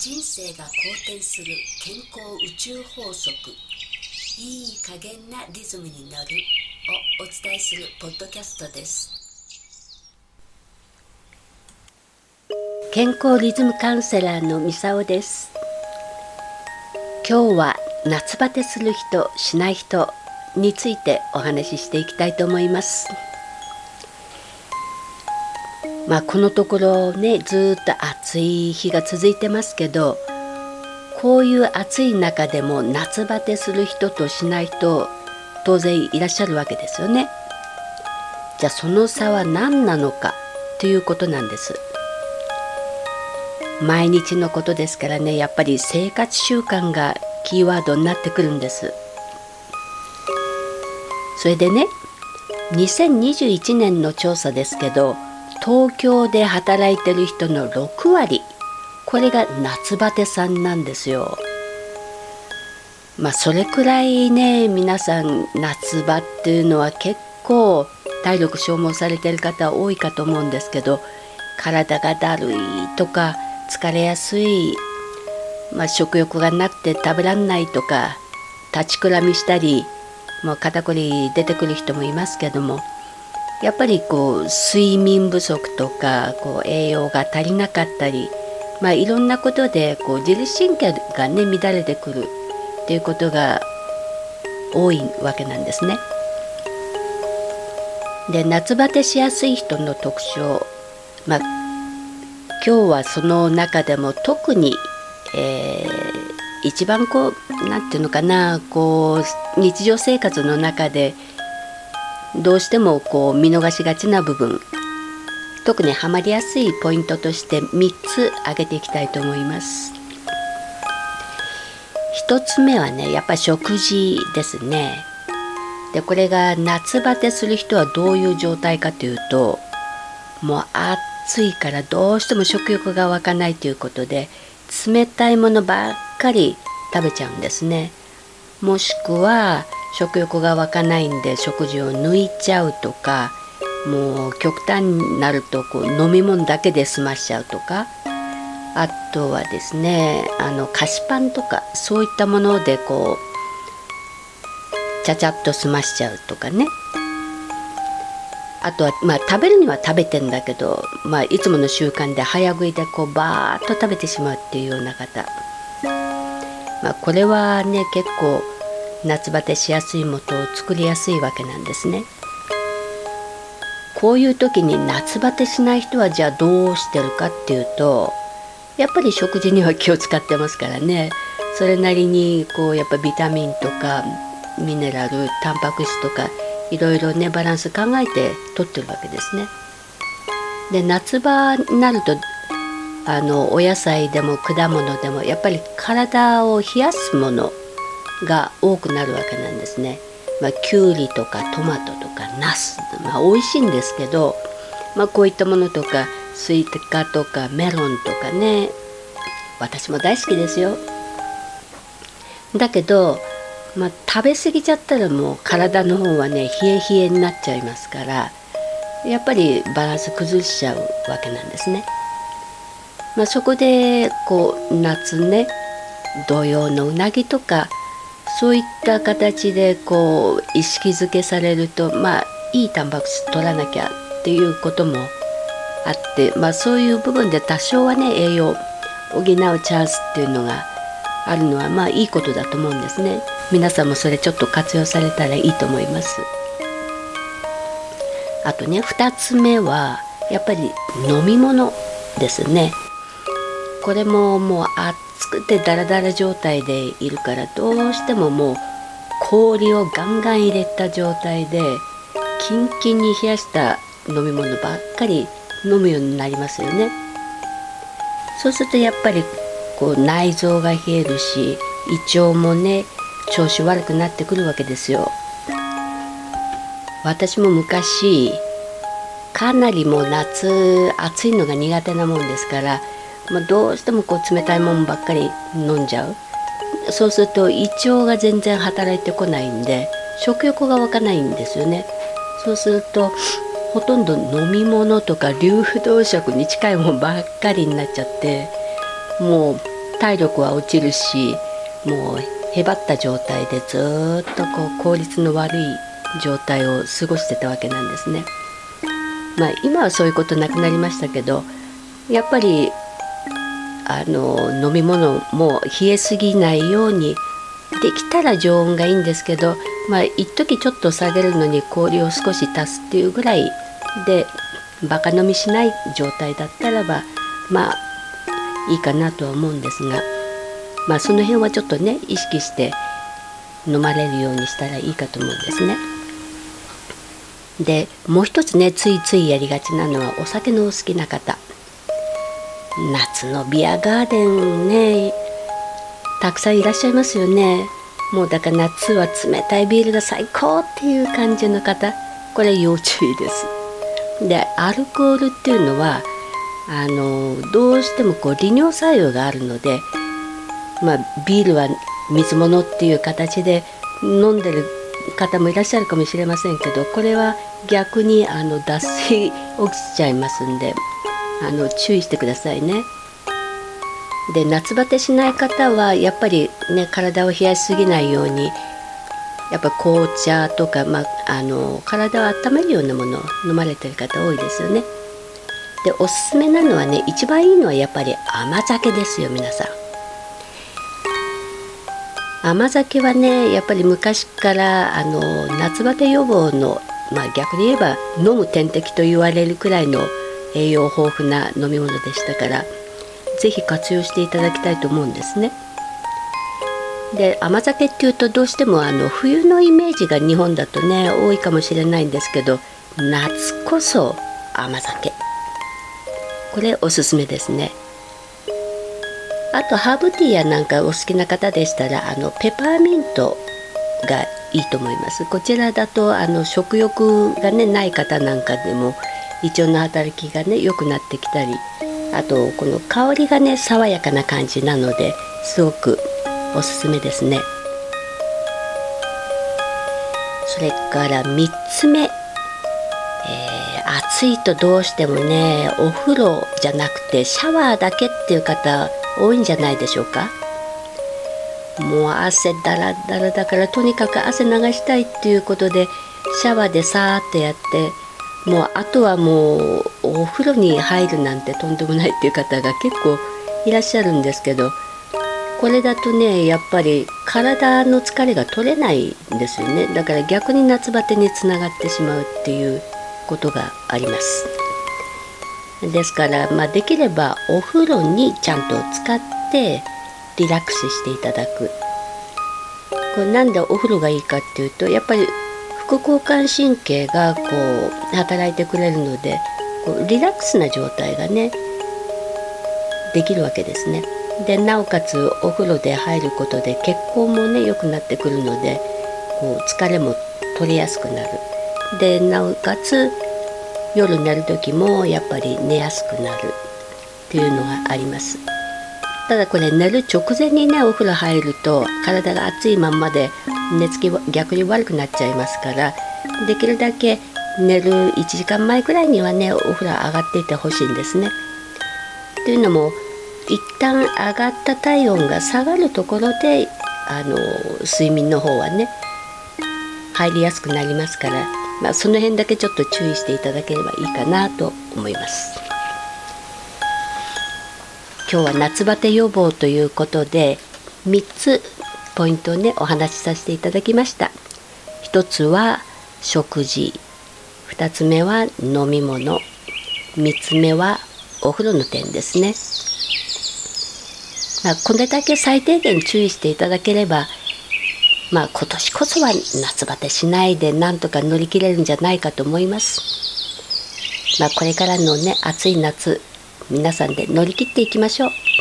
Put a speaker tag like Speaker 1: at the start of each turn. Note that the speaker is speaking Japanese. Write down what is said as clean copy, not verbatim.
Speaker 1: 人生が好転する健康宇宙法則、いい加減なリズムに乗るをお伝えするポッドキャストです。健康リズムカウンセラーのみさおです。今日は夏バテする人しない人についてお話ししていきたいと思います。このところね、ずっと暑い日が続いてますけど、こういう暑い中でも夏バテする人としない人当然いらっしゃるわけですよね。じゃあその差は何なのかということなんです。毎日のことですからね、やっぱり生活習慣がキーワードになってくるんです。それでね、2021年の調査ですけど、東京で働いてる人の6割、これが夏バテさんなんですよ。それくらいね、皆さん夏バテっていうのは結構体力消耗されてる方多いかと思うんですけど、体がだるいとか疲れやすい、食欲がなくて食べらんないとか、立ちくらみしたり、肩こり出てくる人もいますけども、やっぱり睡眠不足とか栄養が足りなかったり、いろんなことで自律神経がね乱れてくるっていうことが多いわけなんですね。で、夏バテしやすい人の特徴、今日はその中でも特に、一番なんていうのかな、日常生活の中でどうしても見逃しがちな部分、特にハマりやすいポイントとして3つ挙げていきたいと思います。1つ目はね、やっぱり食事ですね。で、これが夏バテする人はどういう状態かというと、もう暑いからどうしても食欲が湧かないということで、冷たいものばっかり食べちゃうんですね。もしくは食欲が湧かないんで食事を抜いちゃうとか、もう極端になると飲み物だけで済ましちゃうとか、あとはですね、菓子パンとかそういったものでちゃちゃっと済ましちゃうとかね。あとは食べるには食べてんだけど、いつもの習慣で早食いでバーッと食べてしまうっていうような方、これはね結構夏バテしやすい元を作りやすいわけなんですね。こういう時に夏バテしない人はじゃあどうしてるかっていうと、やっぱり食事には気を使ってますからね。それなりにやっぱビタミンとかミネラル、タンパク質とかいろいろねバランス考えて取ってるわけですね。で、夏場になるとお野菜でも果物でもやっぱり体を冷やすものが多くなるわけなんですね。きゅうりとかトマトとかナス、美味しいんですけど、こういったものとかスイカとかメロンとかね、私も大好きですよ。だけど、食べ過ぎちゃったらもう体の方はね冷え冷えになっちゃいますから、やっぱりバランス崩しちゃうわけなんですね。そこで夏ね、土用のうなぎとかそういった形で意識づけされると、いいタンパク質取らなきゃっていうこともあって、そういう部分で多少はね栄養を補うチャンスっていうのがあるのはいいことだと思うんですね。皆さんもそれちょっと活用されたらいいと思います。あとね、2つ目はやっぱり飲み物ですね。これももう暑くてダラダラ状態でいるから、どうしてももう氷をガンガン入れた状態でキンキンに冷やした飲み物ばっかり飲むようになりますよね。そうするとやっぱり内臓が冷えるし、胃腸もね調子悪くなってくるわけですよ。私も昔かなりもう夏暑いのが苦手なもんですから、どうしても冷たいもんばっかり飲んじゃう。そうすると胃腸が全然働いてこないんで食欲が湧かないんですよね。そうするとほとんど飲み物とか流動食に近いもんばっかりになっちゃって、もう体力は落ちるし、もうへばった状態でずっと効率の悪い状態を過ごしてたわけなんですね。今はそういうことなくなりましたけど、やっぱり飲み物も冷えすぎないように、できたら常温がいいんですけど、一時ちょっと下げるのに氷を少し足すっていうぐらいで、バカ飲みしない状態だったらばいいかなとは思うんですが、その辺はちょっとね意識して飲まれるようにしたらいいかと思うんですね。でもう一つね、ついついやりがちなのは、お酒のお好きな方、夏のビアガーデンね、たくさんいらっしゃいますよね。もうだから夏は冷たいビールが最高っていう感じの方、これ要注意です。でアルコールっていうのはどうしても利尿作用があるので、ビールは水物っていう形で飲んでる方もいらっしゃるかもしれませんけど、これは逆に脱水起きちゃいますんで、注意してくださいね。で夏バテしない方はやっぱりね、体を冷やしすぎないように、やっぱ紅茶とか、体を温めるようなものを飲まれてる方多いですよね。でおすすめなのはね、一番いいのはやっぱり甘酒ですよ。皆さん、甘酒はね、やっぱり昔から夏バテ予防の、逆に言えば飲む点滴と言われるくらいの栄養豊富な飲み物でしたから、ぜひ活用していただきたいと思うんですね。で甘酒っていうとどうしても冬のイメージが日本だとね多いかもしれないんですけど、夏こそ甘酒、これおすすめですね。あとハーブティーやなんかお好きな方でしたらペパーミントがいいと思います。こちらだと食欲がねない方なんかでも胃腸の働きがね良くなってきたり、あとこの香りがね爽やかな感じなのですごくおすすめですね。それから3つ目、暑いとどうしてもねお風呂じゃなくてシャワーだけっていう方多いんじゃないでしょうか。もう汗だらだらだからとにかく汗流したいっていうことでシャワーでさーっとやって、もうあとはもうお風呂に入るなんてとんでもないっていう方が結構いらっしゃるんですけど、これだとねやっぱり体の疲れが取れないんですよね。だから逆に夏バテにつながってしまうっていうことがあります。ですから、できればお風呂にちゃんと使ってリラックスしていただく。これなんでお風呂がいいかっていうと、やっぱり副交感神経が働いてくれるのでリラックスな状態がねできるわけですね。でなおかつお風呂で入ることで血行もね良くなってくるので疲れも取れやすくなる。でなおかつ夜寝る時もやっぱり寝やすくなるっていうのがあります。ただこれ寝る直前にねお風呂入ると体が熱いまんまで寝つきは逆に悪くなっちゃいますから、できるだけ寝る1時間前くらいにはねお風呂上がっていてほしいんですね。というのも一旦上がった体温が下がるところで睡眠の方はね入りやすくなりますから、その辺だけちょっと注意していただければいいかなと思います。今日は夏バテ予防ということで3つポイントをねお話しさせていただきました。1つは食事、2つ目は飲み物、3つ目はお風呂の点ですね。これだけ最低限注意していただければ、今年こそは夏バテしないでなんとか乗り切れるんじゃないかと思います。これからのね暑い夏、皆さんで乗り切っていきましょう。